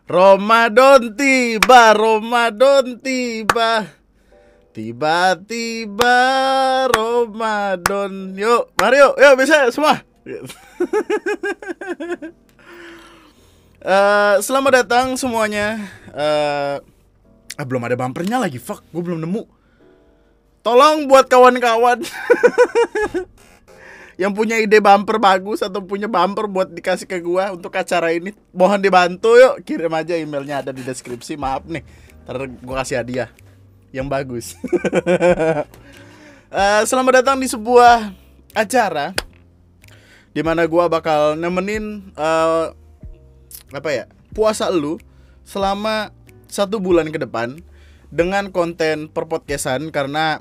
Ramadan tiba, Ramadan tiba. Tiba-tiba Ramadan. Yuk, mari yuk bisa semua. Selamat datang semuanya. Belum ada bumpernya lagi, fuck, gue belum nemu. Tolong buat kawan-kawan yang punya ide bumper bagus atau punya bumper buat dikasih ke gua untuk acara ini, mohon dibantu yuk. Kirim aja, emailnya ada di deskripsi. Maaf nih, ntar gua kasih hadiah yang bagus. Selamat datang di sebuah acara dimana gua bakal nemenin puasa lu selama 1 bulan ke depan dengan konten perpodcastan. Karena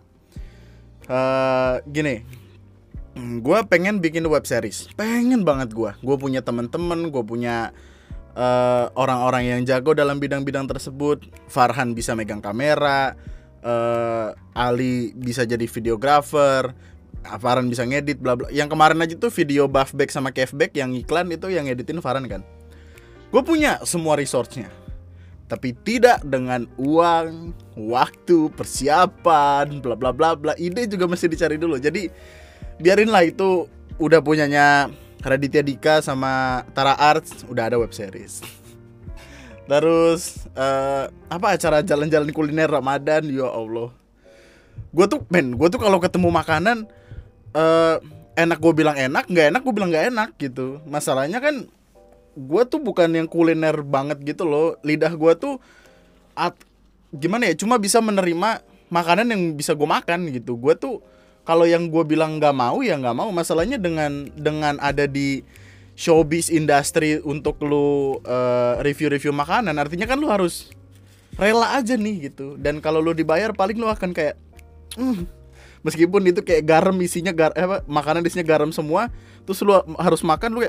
gini, gue pengen bikin web series, pengen banget gue punya teman-teman, gue punya orang-orang yang jago dalam bidang-bidang tersebut. Farhan bisa megang kamera, Ali bisa jadi videographer, Farhan bisa ngedit, bla bla. Yang kemarin aja tuh video buffback sama caveback yang iklan itu yang ngeditin Farhan kan. Gue punya semua resource-nya, tapi tidak dengan uang, waktu, persiapan, bla bla bla bla. Ide juga mesti dicari dulu. Jadi biarinlah, itu udah punyanya Raditya Dika sama Tara Arts, udah ada web series. Terus acara jalan-jalan kuliner Ramadan, ya Allah. Gue tuh kalau ketemu makanan enak gue bilang enak, nggak enak gue bilang nggak enak gitu. Masalahnya kan gue tuh bukan yang kuliner banget gitu loh. Lidah gue tuh gimana ya, cuma bisa menerima makanan yang bisa gue makan gitu. Gue tuh kalau yang gue bilang nggak mau ya nggak mau. Masalahnya dengan ada di showbiz industry untuk lu review makanan, artinya kan lu harus rela aja nih gitu. Dan kalau lu dibayar paling lu akan kayak meskipun itu kayak garam isinya makanan isinya garam semua, terus lu harus makan, lu kayak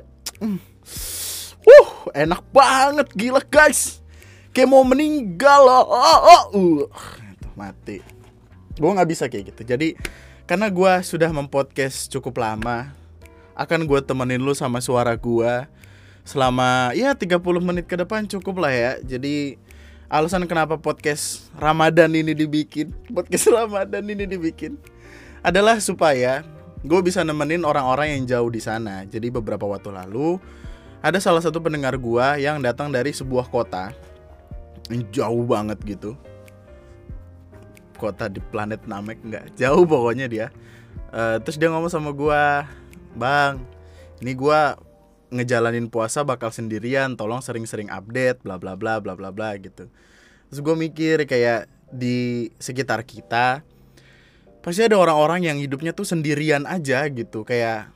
enak banget, gila guys, kayak mau meninggal mati. Gue nggak bisa kayak gitu. Jadi karena gue sudah mempodcast cukup lama, akan gue temenin lu sama suara gue selama 30 menit ke depan cukup lah ya. Jadi alasan kenapa podcast Ramadan ini dibikin adalah supaya gue bisa nemenin orang-orang yang jauh di sana. Jadi beberapa waktu lalu ada salah satu pendengar gue yang datang dari sebuah kota yang jauh banget gitu. Kota di planet Namek, nggak jauh pokoknya dia. Terus dia ngomong sama gue, "Bang, ini gue ngejalanin puasa bakal sendirian, tolong sering-sering update bla bla bla bla bla bla gitu." Terus gue mikir kayak di sekitar kita pasti ada orang-orang yang hidupnya tuh sendirian aja gitu. Kayak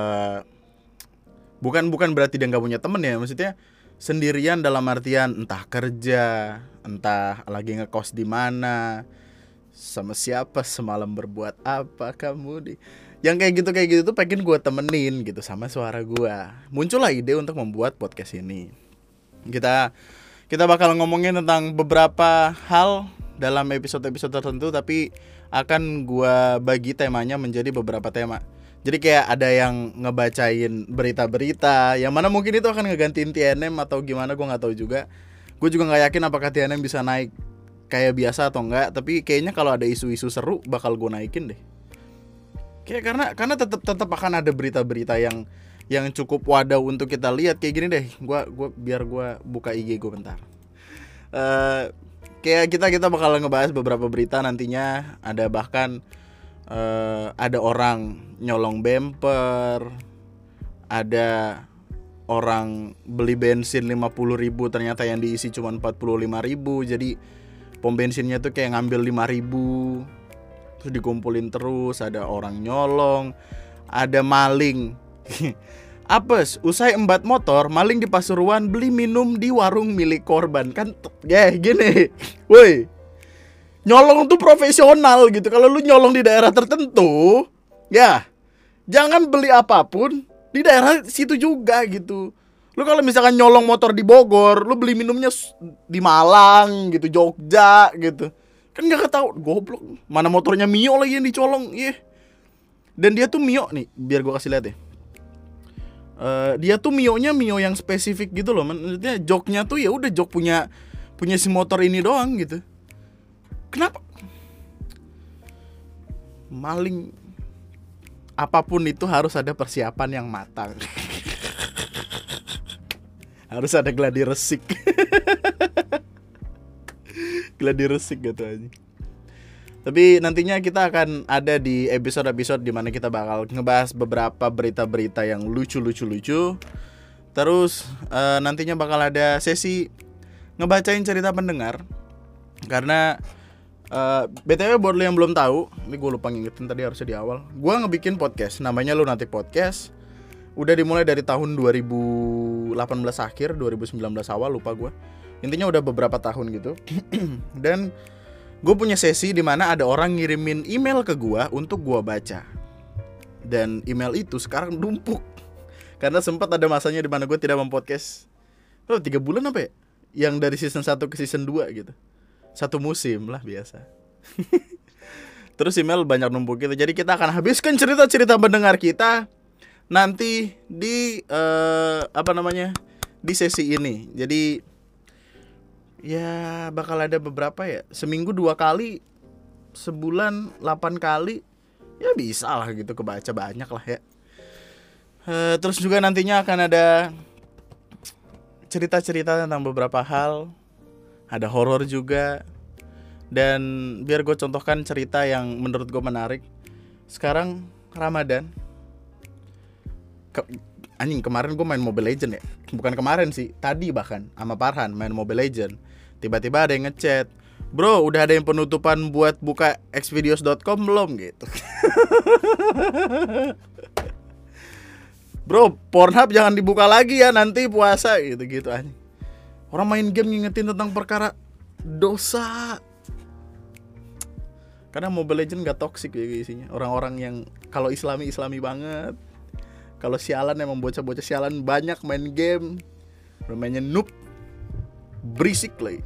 bukan berarti dia nggak punya temen ya, maksudnya sendirian dalam artian entah kerja, entah lagi ngekos di mana, sama siapa, semalam berbuat apa kamu yang kayak gitu tuh pengen gue temenin gitu sama suara gue. Muncullah ide untuk membuat podcast ini. Kita bakal ngomongin tentang beberapa hal dalam episode-episode tertentu, tapi akan gue bagi temanya menjadi beberapa tema. Jadi kayak ada yang ngebacain berita-berita, yang mana mungkin itu akan ngegantiin TNM atau gimana, gue nggak tahu juga. Gue juga nggak yakin apakah TNM bisa naik kayak biasa atau enggak, tapi kayaknya kalau ada isu-isu seru bakal gue naikin deh. Kayak karena tetap akan ada berita-berita yang cukup wadah untuk kita lihat. Kayak gini deh, biar gue buka IG gue bentar. Kayak kita bakal ngebahas beberapa berita nantinya. Ada bahkan ada orang nyolong bumper, ada orang beli bensin 50.000 ternyata yang diisi cuma 45.000. Jadi pom bensinnya tuh kayak ngambil 5.000 terus dikumpulin terus. Ada orang nyolong, ada maling. Apes, usai embat motor, maling di Pasuruan beli minum di warung milik korban. Kan gini. Woi, nyolong tuh profesional gitu. Kalau lu nyolong di daerah tertentu, ya jangan beli apapun di daerah situ juga gitu. Lu kalau misalkan nyolong motor di Bogor, lu beli minumnya di Malang gitu, Jogja gitu, kan gak ketahuan. Goblok, mana motornya Mio lagi yang dicolong. Dan dia tuh Mio nih, biar gue kasih lihat ya. Dia tuh Mio-nya Mio yang spesifik gitu loh. Maksudnya joknya tuh ya udah jok punya si motor ini doang gitu. Kenapa? Maling apapun itu harus ada persiapan yang matang. Harus ada gladi resik. Gladi resik gitu aja. Tapi nantinya kita akan ada di episode-episode dimana kita bakal ngebahas beberapa berita-berita yang lucu. Terus nantinya bakal ada sesi ngebacain cerita pendengar. Karena BTW buat lo yang belum tahu, ini gue lupa ngingetin tadi harusnya di awal. Gue ngebikin podcast, namanya Lunatic Podcast. Udah dimulai dari tahun 2018 akhir, 2019 awal, lupa gue. Intinya udah beberapa tahun gitu. Dan gue punya sesi di mana ada orang ngirimin email ke gue untuk gue baca. Dan email itu sekarang numpuk. Karena sempat ada masanya di mana gue tidak mempodcast 3 bulan apa ya? Yang dari season 1 ke season 2 gitu. 1 musim lah biasa. Terus email banyak numpuk gitu. Jadi kita akan habiskan cerita-cerita pendengar kita nanti di di sesi ini. Jadi ya bakal ada beberapa ya, seminggu 2 kali, sebulan 8 kali, ya bisa lah gitu, kebaca banyak lah ya. Terus juga nantinya akan ada cerita-cerita tentang beberapa hal, ada horor juga. Dan biar gue contohkan cerita yang menurut gue menarik. Sekarang Ramadan, kemarin gue main Mobile Legend ya. Bukan kemarin sih, tadi bahkan sama Farhan main Mobile Legend. Tiba-tiba ada yang ngechat, "Bro, udah ada yang penutupan buat buka xvideos.com belum?" gitu. "Bro, Pornhub jangan dibuka lagi ya nanti puasa," gitu-gitu aja. Orang main game ngingetin tentang perkara dosa. Karena Mobile Legend gak toxic ya isinya. Orang-orang yang kalau islami banget. Kalau sialan emang bocah-bocah sialan banyak main game. Mainnya noob, berisik lagi.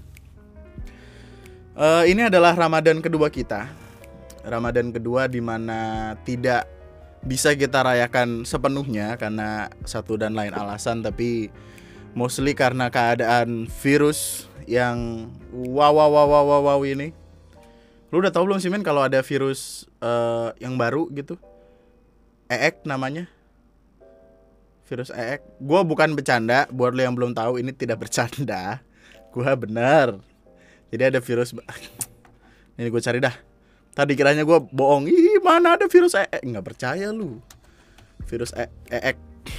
Ini adalah Ramadan kedua kita. Ramadan kedua di mana tidak bisa kita rayakan sepenuhnya karena satu dan lain alasan, tapi mostly karena keadaan virus yang wow ini. Lu udah tahu belum sih men kalau ada virus yang baru gitu? EEK namanya. Virus EEK. Gue bukan bercanda, buat lo yang belum tahu ini tidak bercanda. Gue bener. Jadi ada virus. Ini gue cari dah. Tadi kiranya gue bohong. Ih, mana ada virus EEK? Nggak percaya lu. Virus EEK.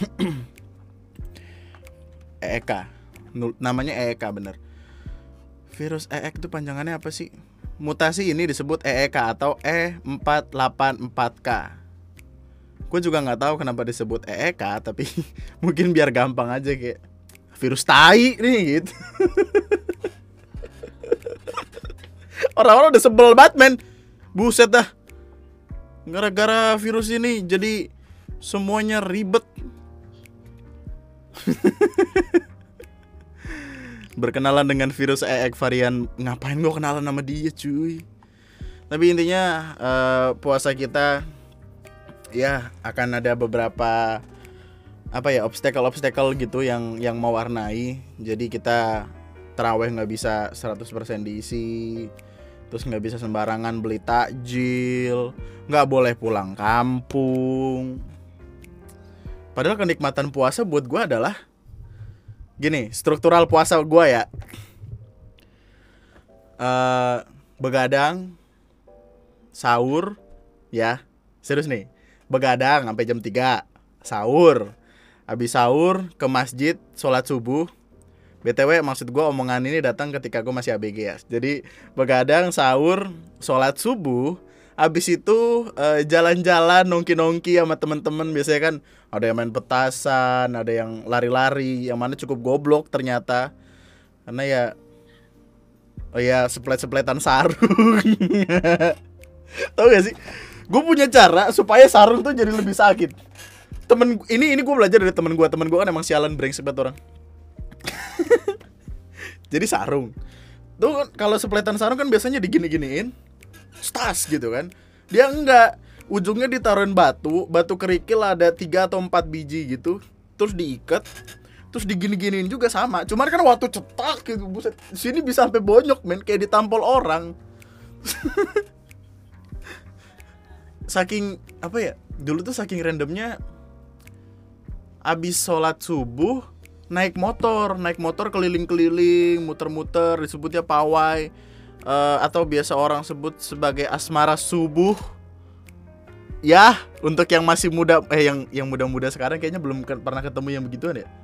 EEK. Namanya EEK bener. Virus EEK itu panjangannya apa sih? Mutasi ini disebut EEK atau E484K. Gue juga nggak tahu kenapa disebut EEK, tapi mungkin biar gampang aja kayak virus tai nih gitu. Orang-orang udah sebel banget men. Buset dah. Gara-gara virus ini jadi semuanya ribet. Berkenalan dengan virus EEK varian, ngapain gue kenalan sama dia cuy. Tapi intinya puasa kita ya akan ada beberapa obstacle gitu yang mewarnai. Jadi kita tarawih nggak bisa 100% diisi. Terus nggak bisa sembarangan beli takjil, nggak boleh pulang kampung. Padahal kenikmatan puasa buat gue adalah gini, struktural puasa gue ya, begadang, sahur, ya serius nih, begadang sampai jam 3, sahur, habis sahur ke masjid, sholat subuh. BTW maksud gue omongan ini datang ketika gue masih ABG ya. Jadi begadang, sahur, sholat subuh, habis itu jalan-jalan nongki-nongki sama temen-temen. Biasanya kan ada yang main petasan, ada yang lari-lari, yang mana cukup goblok ternyata. Karena ya seplet-sepletan sarung. Tahu gak sih? Gue punya cara supaya sarung tuh jadi lebih sakit. Ini gue belajar dari temen gue kan emang sialan brengsek banget orang. Jadi sarung tuh kalau sepletan sarung kan biasanya digini-giniin stas gitu kan. Dia enggak, ujungnya ditaruhin batu kerikil ada 3 atau 4 biji gitu, terus diikat, terus digini-giniin juga sama. Cuman kan waktu cetak gitu, buset, sini bisa sampai bonyok men, kayak ditampol orang. Saking apa ya? Dulu tuh saking randomnya, abis sholat subuh naik motor keliling-keliling, muter-muter, disebutnya pawai, atau biasa orang sebut sebagai asmara subuh. Ya, untuk yang masih muda, yang muda-muda sekarang kayaknya belum pernah ketemu yang begituan ya.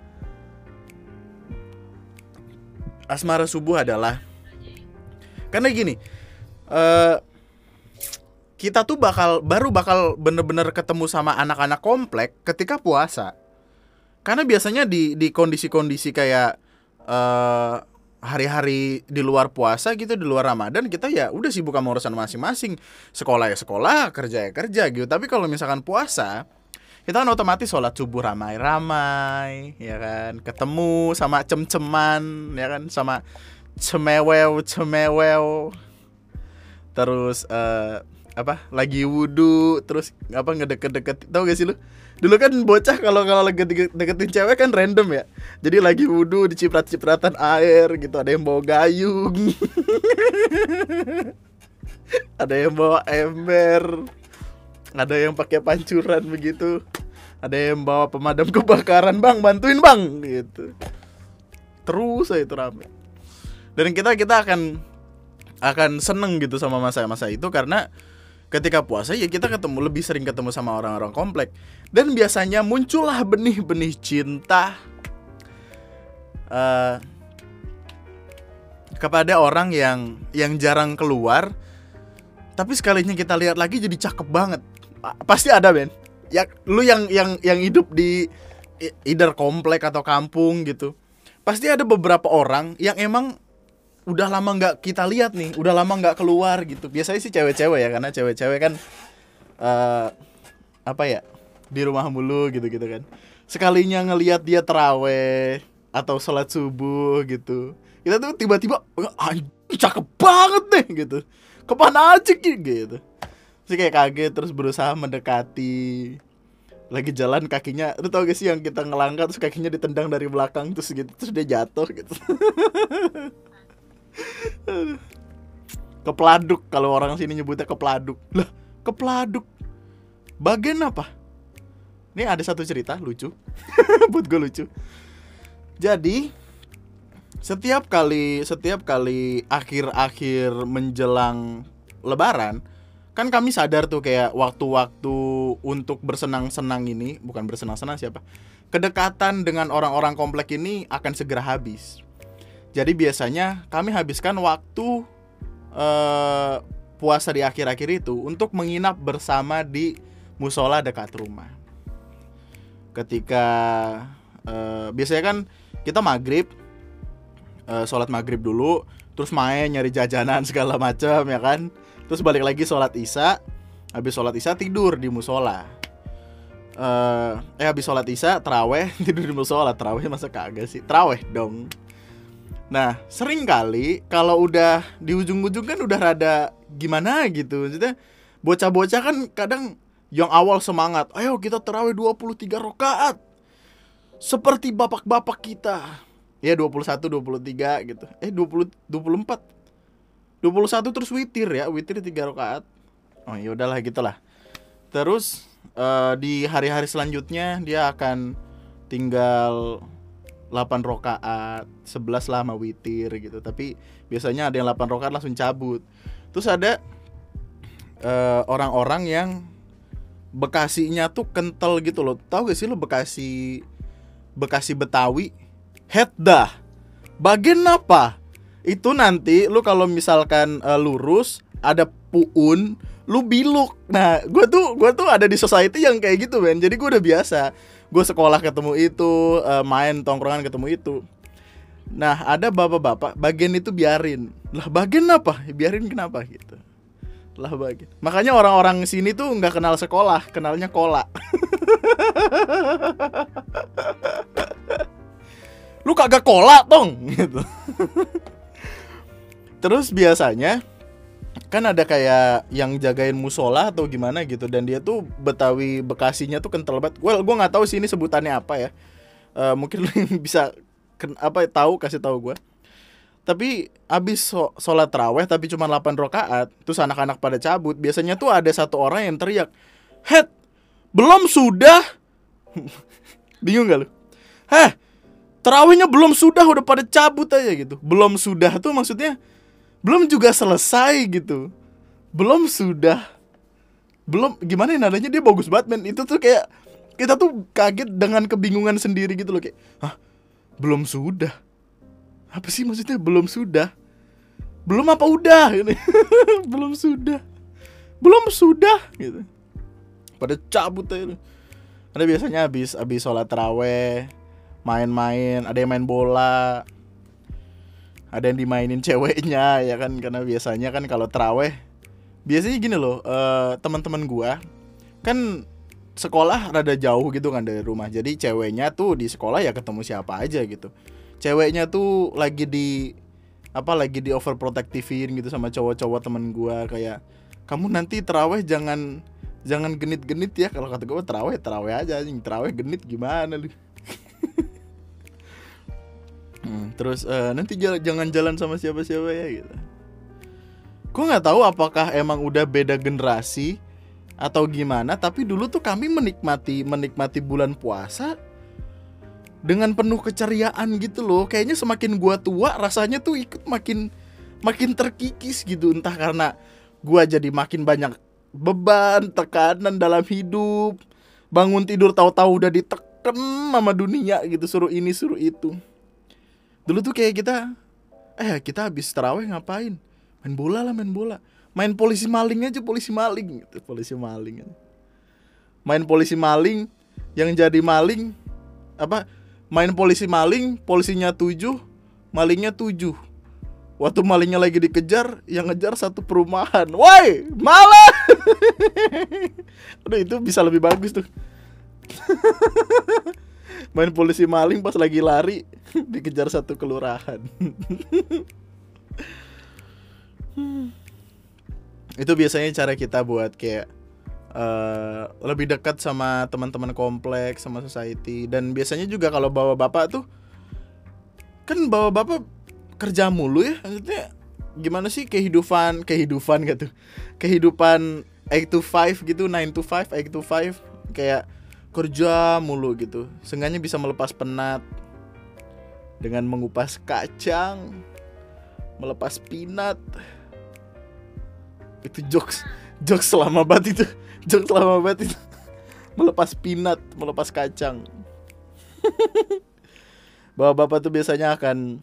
Asmara subuh adalah, karena gini, kita tuh baru bakal bener-bener ketemu sama anak-anak komplek ketika puasa. Karena biasanya di kondisi-kondisi kayak hari-hari di luar puasa gitu, di luar Ramadan, kita ya udah sibuk sama urusan masing-masing. Sekolah ya sekolah, kerja ya kerja gitu. Tapi kalau misalkan puasa, kita kan otomatis sholat subuh ramai-ramai, ya kan, ketemu sama cem-ceman, ya kan, sama cemewew, terus lagi wudhu, terus ngedeket-deket, tau gak sih lu? Dulu kan bocah kalau lagi deketin cewek kan random ya. Jadi lagi wudhu diciprat-cipratan air gitu, ada yang bawa gayung. Ada yang bawa ember. Ada yang pakai pancuran begitu. Ada yang bawa pemadam kebakaran, "Bang, bantuin, Bang." gitu. Terus aja itu rame. Dan kita akan seneng gitu sama masa-masa itu, karena ketika puasa ya kita lebih sering ketemu sama orang-orang komplek. Dan biasanya muncullah benih-benih cinta kepada orang yang jarang keluar, tapi sekalinya kita lihat lagi jadi cakep banget. Pasti ada, Ben. Ya, lu yang hidup di either komplek atau kampung gitu. Pasti ada beberapa orang yang emang udah lama nggak kita lihat nih, udah lama nggak keluar gitu. Biasanya sih cewek-cewek ya, karena cewek-cewek kan di rumah mulu gitu kan. Sekalinya ngelihat dia taraweh atau sholat subuh gitu, kita tuh tiba-tiba cakep banget nih gitu, kemana aja gitu. Terus kayak kaget, terus berusaha mendekati. Lagi jalan kakinya, lu tau gak sih yang kita ngelangkah terus kakinya ditendang dari belakang terus gitu, terus dia jatuh gitu. Kepladuk, kalau orang sini nyebutnya kepladuk. Lah, kepladuk bagian apa? Ini ada satu cerita lucu. Buat gue lucu. Jadi setiap kali akhir-akhir menjelang lebaran, kan kami sadar tuh kayak waktu-waktu untuk bersenang-senang ini, bukan bersenang-senang siapa, kedekatan dengan orang-orang komplek ini akan segera habis. Jadi biasanya kami habiskan waktu puasa di akhir-akhir itu untuk menginap bersama di musola dekat rumah. Ketika biasanya kan kita maghrib, sholat maghrib dulu, terus main nyari jajanan segala macam ya kan. Terus balik lagi sholat isya, habis sholat isya tidur di musola. Habis sholat isya taraweh, tidur di musola. Taraweh masa kagak sih, taraweh dong. Nah, sering kali kalau udah di ujung-ujung kan udah rada gimana gitu. Maksudnya bocah-bocah kan kadang yang awal semangat, ayo kita tarawih 23 rakaat seperti bapak-bapak kita. Ya 21, 23 gitu. 20, 24. 21 terus witir ya, witir 3 rakaat. Oh ya udahlah gitulah. Terus di hari-hari selanjutnya dia akan tinggal 8 rakaat, 11 lama witir gitu. Tapi biasanya ada yang 8 rakaat langsung cabut. Terus ada orang-orang yang Bekasinya tuh kental gitu loh. Tahu gak sih lo Bekasi Betawi? Dah. Bagian apa? Itu nanti lu kalau misalkan lurus ada puun, lu biluk. Nah, gue tuh ada di society yang kayak gitu, men. Jadi gue udah biasa. Gue sekolah ketemu itu, main tongkrongan ketemu itu. Nah, ada bapak-bapak bagian itu biarin. Lah, bagian apa? Biarin kenapa gitu? Lah bagian. Makanya orang-orang sini tuh nggak kenal sekolah, kenalnya kola. Lu kagak kola tong gitu. Terus biasanya kan ada kayak yang jagain musola atau gimana gitu, dan dia tuh Betawi Bekasinya tuh kental banget. Well, gue nggak tahu sih ini sebutannya apa ya. Mungkin lu yang bisa tahu, kasih tahu gue. Tapi abis sholat raweh tapi cuma 8 rakaat, terus anak-anak pada cabut, biasanya tuh ada satu orang yang teriak, "Het, belum sudah?" Bingung gak lu? "Heh, terawihnya belum sudah, udah pada cabut aja gitu." Belum sudah tuh maksudnya belum juga selesai gitu. Belum sudah. Belum, gimana ya nadanya, dia bagus banget men. Itu tuh kayak kita tuh kaget dengan kebingungan sendiri gitu loh, kayak, "Hah? Belum sudah? Apa sih maksudnya belum sudah? Belum apa udah?" Gitu. Belum sudah. Belum sudah gitu. Pada cabut aja. Ada biasanya habis sholat taraweh, main-main, ada yang main bola, ada yang dimainin ceweknya ya kan, karena biasanya kan kalau taraweh biasanya gini loh, teman-teman gua kan sekolah rada jauh gitu kan dari rumah, jadi ceweknya tuh di sekolah ya ketemu siapa aja gitu. Ceweknya tuh lagi di overprotectivein gitu sama cowok-cowok temen gua, kayak, "Kamu nanti taraweh jangan genit-genit ya." Kalau kata gua, taraweh aja anjing, taraweh genit gimana lu. Terus nanti jangan jalan sama siapa-siapa ya gitu. Gue nggak tahu apakah emang udah beda generasi atau gimana, tapi dulu tuh kami menikmati bulan puasa dengan penuh keceriaan gitu loh. Kayaknya semakin gua tua rasanya tuh ikut makin terkikis gitu, entah karena gua jadi makin banyak beban, tekanan dalam hidup. Bangun tidur tahu-tahu udah diteken sama dunia gitu, suruh ini suruh itu. Dulu tuh kayak kita habis taraweh ngapain? Main bola lah, main bola. Main polisi maling aja, polisi maling gitu, polisi maling. Main polisi maling, yang jadi maling main polisi maling, polisinya 7, malingnya 7. Waktu malingnya lagi dikejar, yang ngejar satu perumahan. "Woi, malah!" Udah, itu bisa lebih bagus tuh. Main polisi maling pas lagi lari dikejar satu kelurahan. Itu biasanya cara kita buat kayak lebih dekat sama teman-teman kompleks, sama society. Dan biasanya juga kalau bawa bapak tuh, kan bawa bapak kerja mulu ya, maksudnya gimana sih kehidupan gitu, kehidupan 8 to 5 gitu, 9 to 5, 8 to 5, kayak kerja mulu gitu. Seenggaknya bisa melepas penat dengan mengupas kacang, melepas peanut. Itu jokes lama banget itu. Melepas peanut, melepas kacang. Bapak-bapak tuh biasanya akan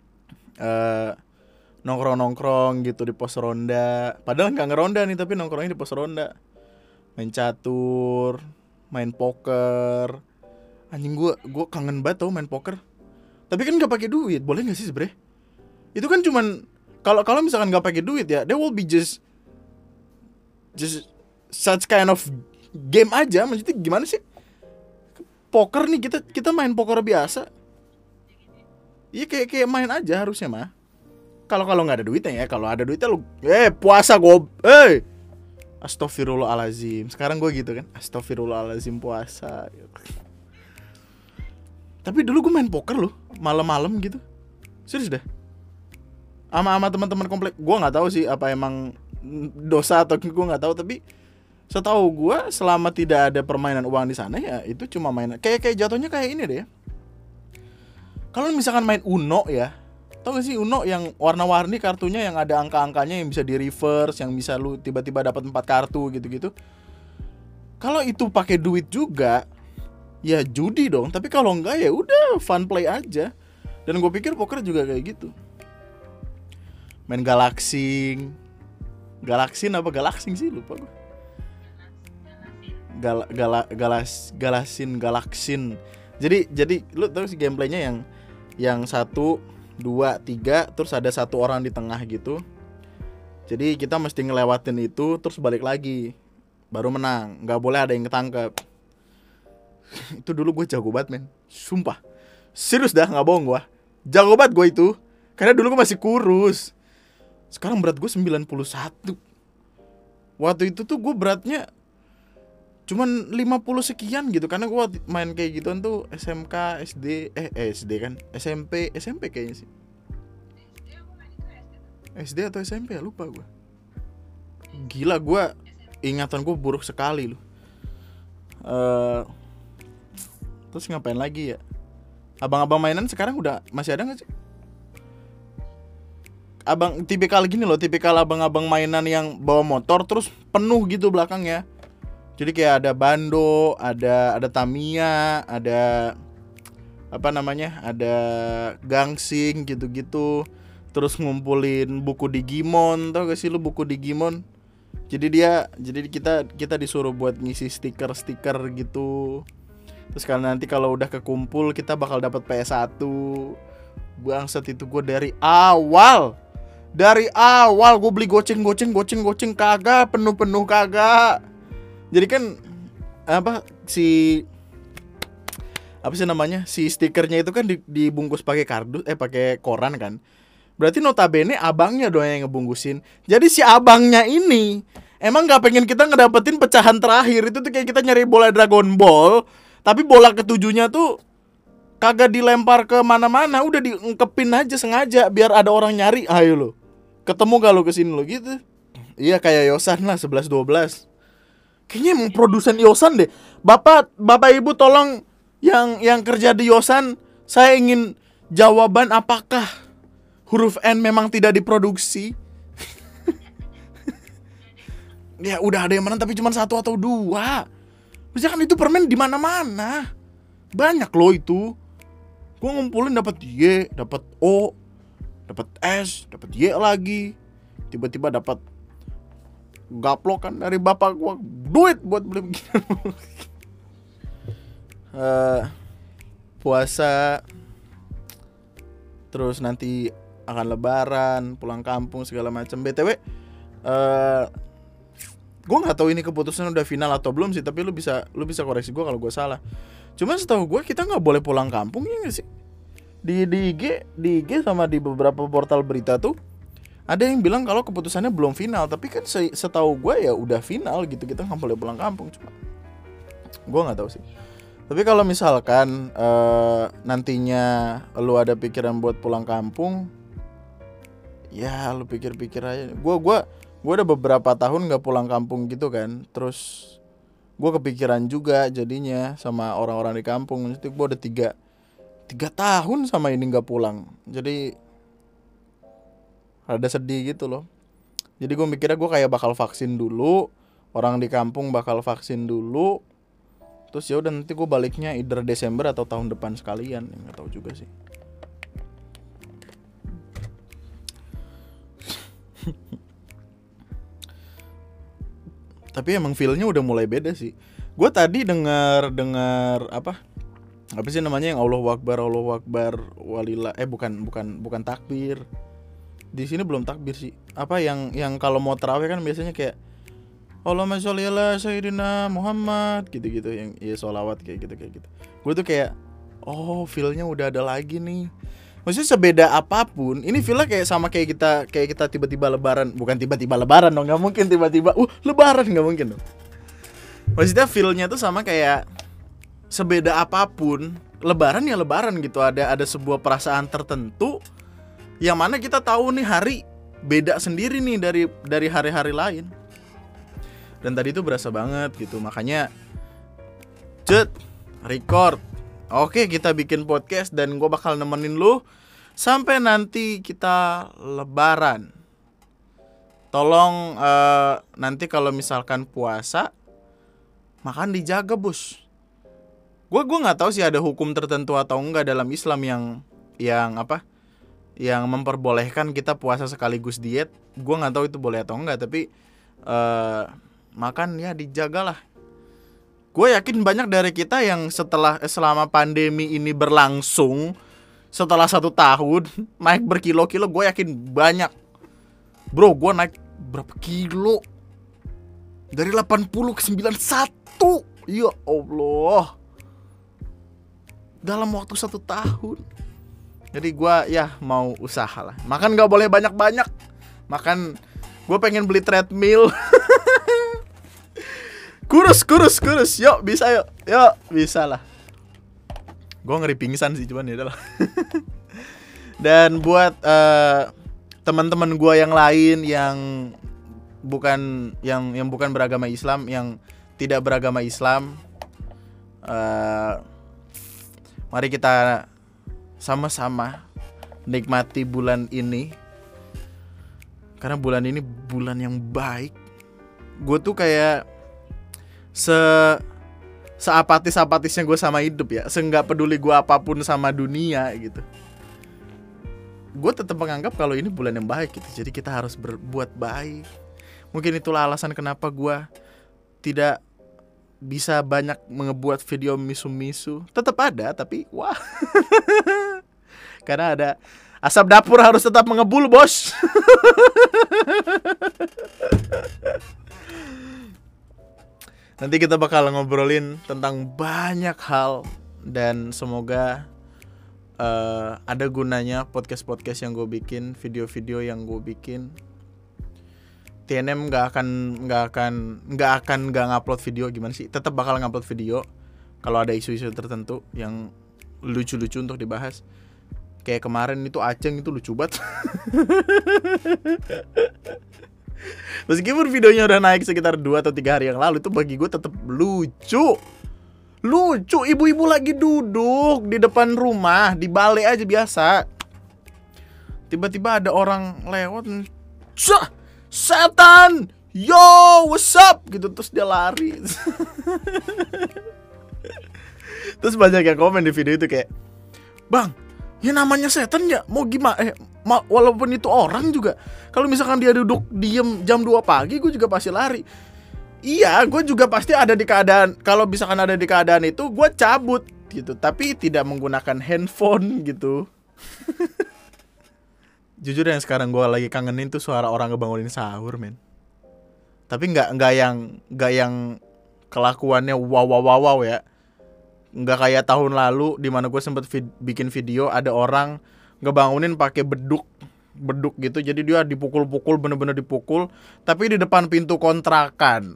nongkrong gitu di pos ronda. Padahal nggak ngeronda nih, tapi nongkrongnya di pos ronda. Main catur, main poker. Anjing, gue kangen banget tau main poker. Tapi kan nggak pakai duit, boleh nggak sih sebenernya? Itu kan cuman kalau misalkan nggak pakai duit ya, there will be just such kind of game aja. Maksudnya gimana sih? Poker nih, kita main poker biasa. Iya, kayak main aja harusnya mah. Kalau nggak ada duitnya ya, kalau ada duitnya lu puasa Astagfirullahalazim. Sekarang gue gitu kan, astagfirullahalazim puasa. Tapi dulu gue main poker loh, malam-malam gitu. Serius dah. Sama teman-teman komplek. Gue nggak tahu sih apa emang dosa atau gue nggak tahu, tapi setahu gue selama tidak ada permainan uang di sana ya itu cuma mainan. Kayak jatuhnya kayak ini deh. Kalau misalkan main Uno ya, tau gak sih Uno yang warna-warni kartunya, yang ada angka-angkanya yang bisa di reverse, yang bisa lu tiba-tiba dapat 4 kartu gitu-gitu. Kalau itu pakai duit juga, ya judi dong. Tapi kalau enggak ya udah fun play aja. Dan gue pikir poker juga kayak gitu. Main galaksin sih, lupa gue. Galaksin. Jadi lu tahu sih gameplaynya yang 1, 2, 3, terus ada satu orang di tengah gitu. Jadi kita mesti ngelewatin itu terus balik lagi, baru menang. Nggak boleh ada yang ketangkep. Itu dulu gue jago banget men, sumpah. Serius dah, nggak bohong gue. Jago banget gue itu. Karena dulu gue masih kurus. Sekarang berat gue 91. Waktu itu tuh gue beratnya cuman 50 sekian gitu. Karena gue main kayak gituan tuh SMK, SD kan, SMP kayaknya sih. SD atau SMP ya, lupa gue. Gila, gue ingatan gue buruk sekali loh. Terus ngapain lagi ya? Abang-abang mainan sekarang udah masih ada gak sih? Abang tipikal gini loh, tipikal abang-abang mainan yang bawa motor terus penuh gitu belakangnya. Jadi kayak ada Bando, ada Tamiya, ada apa namanya? Ada Gangsing gitu-gitu. Terus ngumpulin buku Digimon, tau gak sih lu buku Digimon? Jadi kita disuruh buat ngisi stiker-stiker gitu. Terus nanti kalau udah kekumpul kita bakal dapat PS1. Bangsat itu gue dari awal gue beli goceng kagak, penuh kagak. Jadi kan si namanya, si stikernya itu kan dibungkus pakai kardus, pakai koran kan. Berarti notabene abangnya doang yang ngebungkusin. Jadi si abangnya ini emang nggak pengen kita ngedapetin pecahan terakhir. Itu tuh kayak kita nyari bola Dragon Ball, tapi bola ketujuhnya tuh kagak dilempar ke mana-mana, udah diungkepin aja sengaja biar ada orang nyari. Ayo lo, ketemu gak lo kesini lo gitu. Iya kayak Yosan lah 11-12. Kayaknya emang produsen Yosan deh. Bapak ibu tolong yang kerja di Yosan, saya ingin jawaban apakah huruf N memang tidak diproduksi. Ya udah ada yang menang tapi cuma 1 atau 2. Maksudnya kan itu permen di mana-mana. Banyak loh itu. Gue ngumpulin dapat Y, dapat O, dapat S, dapat Y lagi. Tiba-tiba dapat gaplok kan dari bapak gue, duit buat beli begini. Puasa, terus nanti akan lebaran, pulang kampung segala macam. BTW, gue nggak tahu ini keputusan udah final atau belum sih, tapi lu bisa koreksi gue kalau gue salah. Cuman setahu gue kita nggak boleh pulang kampung, ya nggak sih? Di IG sama di beberapa portal berita tuh ada yang bilang kalau keputusannya belum final, tapi kan setahu gue ya udah final gitu, kita nggak boleh pulang kampung. Cuma gue nggak tahu sih. Tapi kalau misalkan nantinya lu ada pikiran buat pulang kampung, ya lu pikir-pikir aja. Gue udah beberapa tahun nggak pulang kampung gitu kan, terus gue kepikiran juga jadinya sama orang-orang di kampung. Jadi gue udah 3 tahun sama ini nggak pulang, jadi rada sedih gitu loh. Jadi gue mikirnya gue kayak bakal vaksin dulu, orang di kampung bakal vaksin dulu, terus ya udah nanti gue baliknya either Desember atau tahun depan sekalian, nggak tahu juga sih. Tapi emang feel-nya udah mulai beda sih. Gue tadi dengar apa sih namanya yang Allahu Akbar walillah, bukan takbir. Di sini belum takbir sih. Apa yang kalau mau tarawih kan biasanya kayak Allahumma sholli ala sayyidina Muhammad gitu-gitu, yang ya sholawat kayak gitu. Gue tuh kayak feel-nya udah ada lagi nih. Maksudnya sebeda apapun, ini feel-nya kayak sama kayak kita tiba-tiba lebaran. Bukan tiba-tiba lebaran dong, enggak mungkin tiba-tiba lebaran, enggak mungkin dong. Maksudnya feel-nya tuh sama kayak sebeda apapun, lebaran ya lebaran gitu. Ada sebuah perasaan tertentu yang mana kita tahu nih hari beda sendiri nih dari hari-hari lain. Dan tadi itu berasa banget gitu. Makanya record. Oke, kita bikin podcast dan gue bakal nemenin lu sampai nanti kita lebaran. Tolong nanti kalau misalkan puasa makan dijaga, bos. Gue nggak tahu sih ada hukum tertentu atau enggak dalam Islam yang memperbolehkan kita puasa sekaligus diet. Gue nggak tahu itu boleh atau enggak, tapi makan ya dijagalah. Gue yakin banyak dari kita yang selama pandemi ini berlangsung, setelah 1 tahun naik berkilo-kilo. Gue yakin banyak. Bro, gue naik berapa kilo? Dari 80 ke 91. Ya Allah, dalam waktu 1 tahun. Jadi gue ya mau usaha lah. Makan gak boleh banyak-banyak. makan. Gue pengen beli treadmill. kurus. Yuk bisa yuk bisa lah. Gue ngeri pingsan sih, cuman ya udahlah. Dan buat teman-teman gue yang lain yang bukan beragama Islam, yang tidak beragama Islam, mari kita sama-sama nikmati bulan ini. Karena bulan ini bulan yang baik. Gue tuh kayak seapatis-apatisnya gue sama hidup ya, seenggak peduli gue apapun sama dunia gitu. Gue tetap menganggap kalau ini bulan yang baik gitu. Jadi kita harus berbuat baik. Mungkin itulah alasan kenapa gue tidak bisa banyak ngebuat video misu-misu. Tetap ada, tapi wah. Karena ada asap dapur harus tetap mengebul, bos. Nanti kita bakal ngobrolin tentang banyak hal. Dan semoga ada gunanya podcast-podcast yang gue bikin, video-video yang gue bikin. TNM nggak akan ngupload video, gimana sih? Tetap bakal ngupload video kalau ada isu-isu tertentu yang lucu-lucu untuk dibahas. Kayak kemarin itu Aceng itu lucu banget. Meskipun videonya udah naik sekitar 2 atau 3 hari yang lalu, itu bagi gue tetap lucu. Ibu-ibu lagi duduk di depan rumah, di balai aja biasa. Tiba-tiba ada orang lewat, setan, yo, what's up? Gitu, terus dia lari. Terus banyak yang komen di video itu kayak, bang, ya namanya setan ya, mau gimana? Walaupun itu orang juga, kalau misalkan dia duduk diem jam 2 pagi, gue juga pasti lari. Iya, gue juga pasti ada di keadaan, kalau misalkan ada di keadaan itu, gue cabut gitu. Tapi tidak menggunakan handphone gitu. Jujur yang sekarang gue lagi kangenin tuh suara orang ngebangunin sahur, men. Tapi nggak yang kelakuannya wow ya. Nggak kayak tahun lalu di mana gue sempet bikin video ada orang ngebangunin pakai beduk gitu. Jadi dia dipukul-pukul, bener-bener dipukul, tapi di depan pintu kontrakan.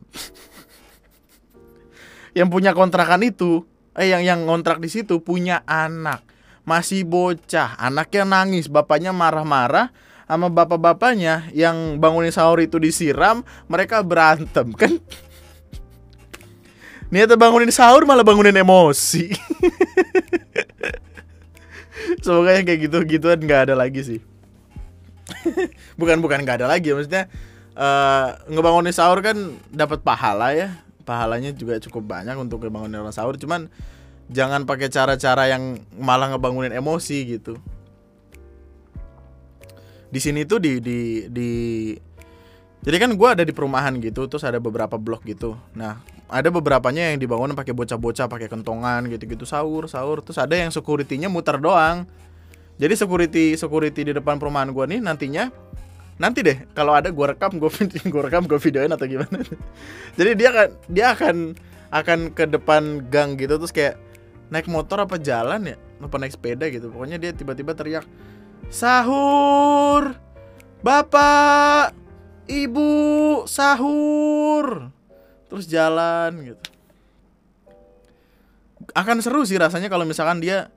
Yang punya kontrakan itu, yang ngontrak di situ punya anak, masih bocah, anaknya nangis, bapaknya marah-marah sama bapak-bapaknya yang bangunin sahur itu disiram, mereka berantem kan. Niatnya bangunin sahur malah bangunin emosi. Semoga yang kayak gitu-gituan gak ada lagi sih. Bukan gak ada lagi, maksudnya ngebangunin sahur kan dapat pahala ya. Pahalanya juga cukup banyak untuk ngebangunin orang sahur. Cuman jangan pakai cara-cara yang malah ngebangunin emosi gitu. Di sini tuh jadi kan gue ada di perumahan gitu, terus ada beberapa blok gitu. Nah, ada beberapanya yang dibangun pakai bocah-bocah, pakai kentongan gitu-gitu, sahur. Terus ada yang security-nya muter doang. Jadi security di depan perumahan gue nih nanti deh kalau ada gue rekam gue videoin atau gimana. Jadi dia akan ke depan gang gitu, terus kayak naik motor apa jalan ya, apa naik sepeda gitu. Pokoknya dia tiba-tiba teriak, sahur, bapak, ibu, sahur. Terus jalan gitu. Akan seru sih rasanya kalau misalkan dia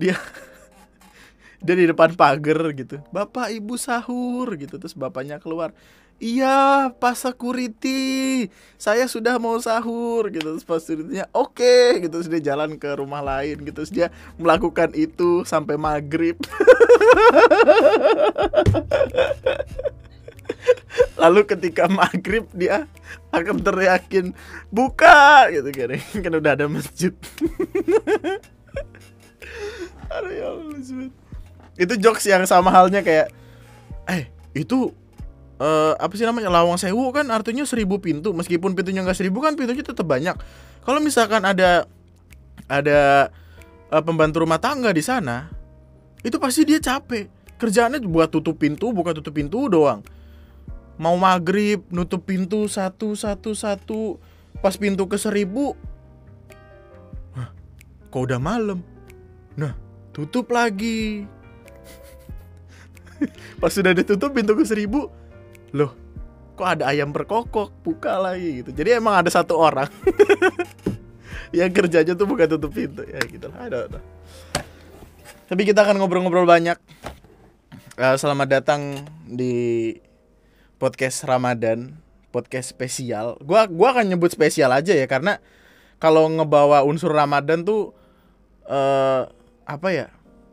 di depan pagar gitu. Bapak ibu sahur gitu. Terus bapaknya keluar, iya Pak Security, saya sudah mau sahur gitu. Terus Pak Security-nya oke gitu. Terus dia jalan ke rumah lain gitu. Terus dia melakukan itu sampai maghrib. Lalu ketika maghrib dia akan teriakin buka gitu kan udah ada masjid. Aduh ya Allah. Itu jokes yang sama halnya kayak itu apa sih namanya, Lawang Sewu kan artinya 1000 pintu. Meskipun pintunya nggak 1000 kan pintunya tetap banyak. Kalau misalkan ada pembantu rumah tangga di sana, itu pasti dia capek. Kerjaannya buat tutup pintu, buka tutup pintu doang. Mau maghrib nutup pintu satu. Pas pintu ke 1000, kok udah malam. Nah, tutup lagi. Pas sudah ditutup pintu ke 1000, Loh, kok ada ayam berkokok, buka lagi gitu. Jadi emang ada satu orang yang kerjanya tuh bukan tutup pintu. Ya gitu lah, ada. Tapi kita akan ngobrol-ngobrol banyak. Selamat datang di podcast Ramadan, podcast spesial. Gua akan nyebut spesial aja ya, karena kalau ngebawa unsur Ramadan tuh apa ya?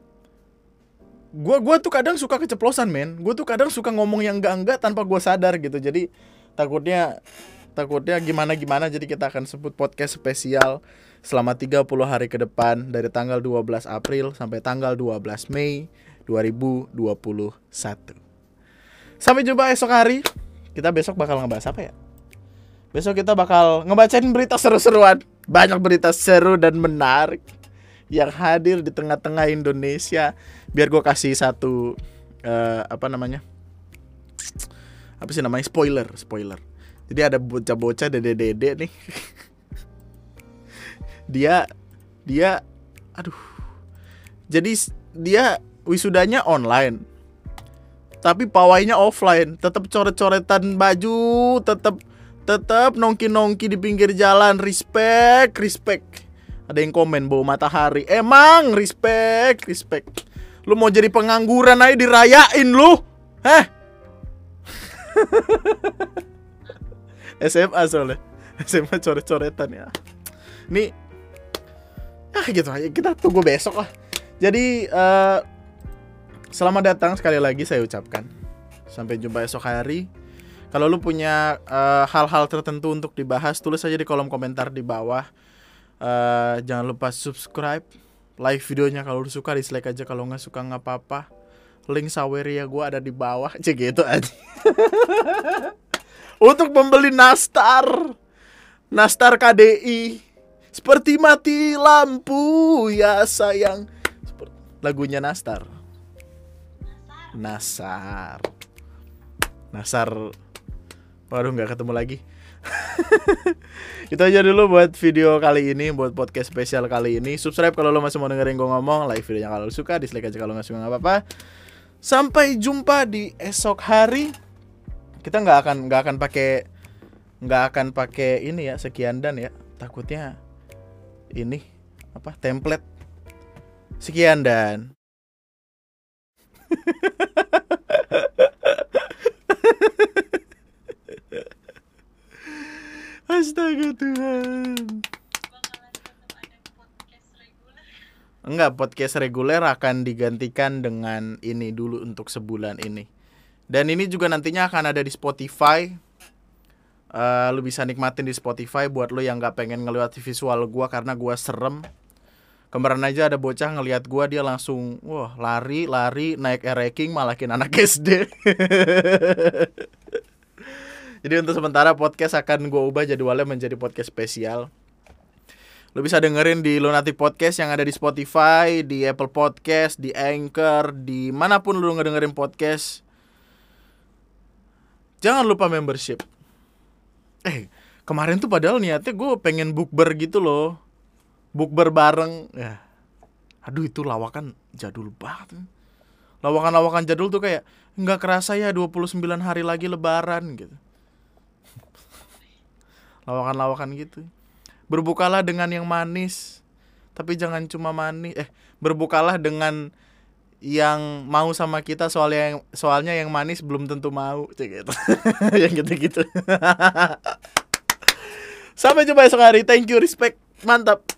Gua tuh kadang suka keceplosan, men. Gua tuh kadang suka ngomong yang enggak tanpa gua sadar gitu. Jadi takutnya gimana. Jadi kita akan sebut podcast spesial selama 30 hari ke depan, dari tanggal 12 April sampai tanggal 12 Mei 2021. Sampai jumpa esok hari. Kita besok bakal ngebahas apa ya? Besok kita bakal ngebacain berita seru-seruan. Banyak berita seru dan menarik yang hadir di tengah-tengah Indonesia. Biar gue kasih satu spoiler. Jadi ada bocah-bocah dede-dede nih. dia jadi dia wisudanya online, tapi pawainya offline. Tetap coret-coretan baju, tetap nongki-nongki di pinggir jalan. Respect. Ada yang komen bau matahari. Emang respect. Lu mau jadi pengangguran aja dirayain lu. Heh. SMA soalnya. SMA coret-coretan ya. Nih gitu aja, kita tunggu besok lah. Jadi selamat datang sekali lagi saya ucapkan. Sampai jumpa esok hari. Kalau lu punya hal-hal tertentu untuk dibahas, tulis aja di kolom komentar di bawah. Jangan lupa subscribe, like videonya kalau lu suka, dislike aja kalau nggak suka nggak apa-apa. Link Saweria gue ada di bawah, gitu aja. Untuk membeli Nastar KDI, seperti mati lampu ya sayang. Lagunya Nastar. Waduh, nggak ketemu lagi. Itu aja dulu buat video kali ini, buat podcast spesial kali ini. Subscribe kalau lo masih mau dengerin gue ngomong, like videonya kalau lo suka, dislike aja kalau nggak suka, nggak apa-apa. Sampai jumpa di esok hari. Kita nggak akan pakai ini ya, sekian dan ya. Takutnya ini template sekian dan. Astaga Tuhan. Enggak, podcast reguler akan digantikan dengan ini dulu untuk sebulan ini. Dan ini juga nantinya akan ada di Spotify. Lu bisa nikmatin di Spotify buat lu yang gak pengen ngeliat visual gua karena gua serem. Kemarin aja ada bocah ngeliat gua, dia langsung lari naik ranking malakin anak SD. Jadi untuk sementara podcast akan gue ubah jadwalnya menjadi podcast spesial. Lo bisa dengerin di Lunatic Podcast yang ada di Spotify, di Apple Podcast, di Anchor, di manapun lo ngedengerin podcast. Jangan lupa membership. Kemarin tuh padahal niatnya gue pengen bukber gitu loh. Bukber bareng. Ya. Aduh, itu lawakan jadul banget. Lawakan jadul tuh kayak nggak kerasa ya 29 hari lagi lebaran gitu. Lawakan gitu. Berbukalah dengan yang manis, tapi jangan cuma manis. Berbukalah dengan yang mau sama kita, soalnya yang manis belum tentu mau, gitu. Yang gitu. Sampai jumpa esok hari. Thank you, respect, mantap.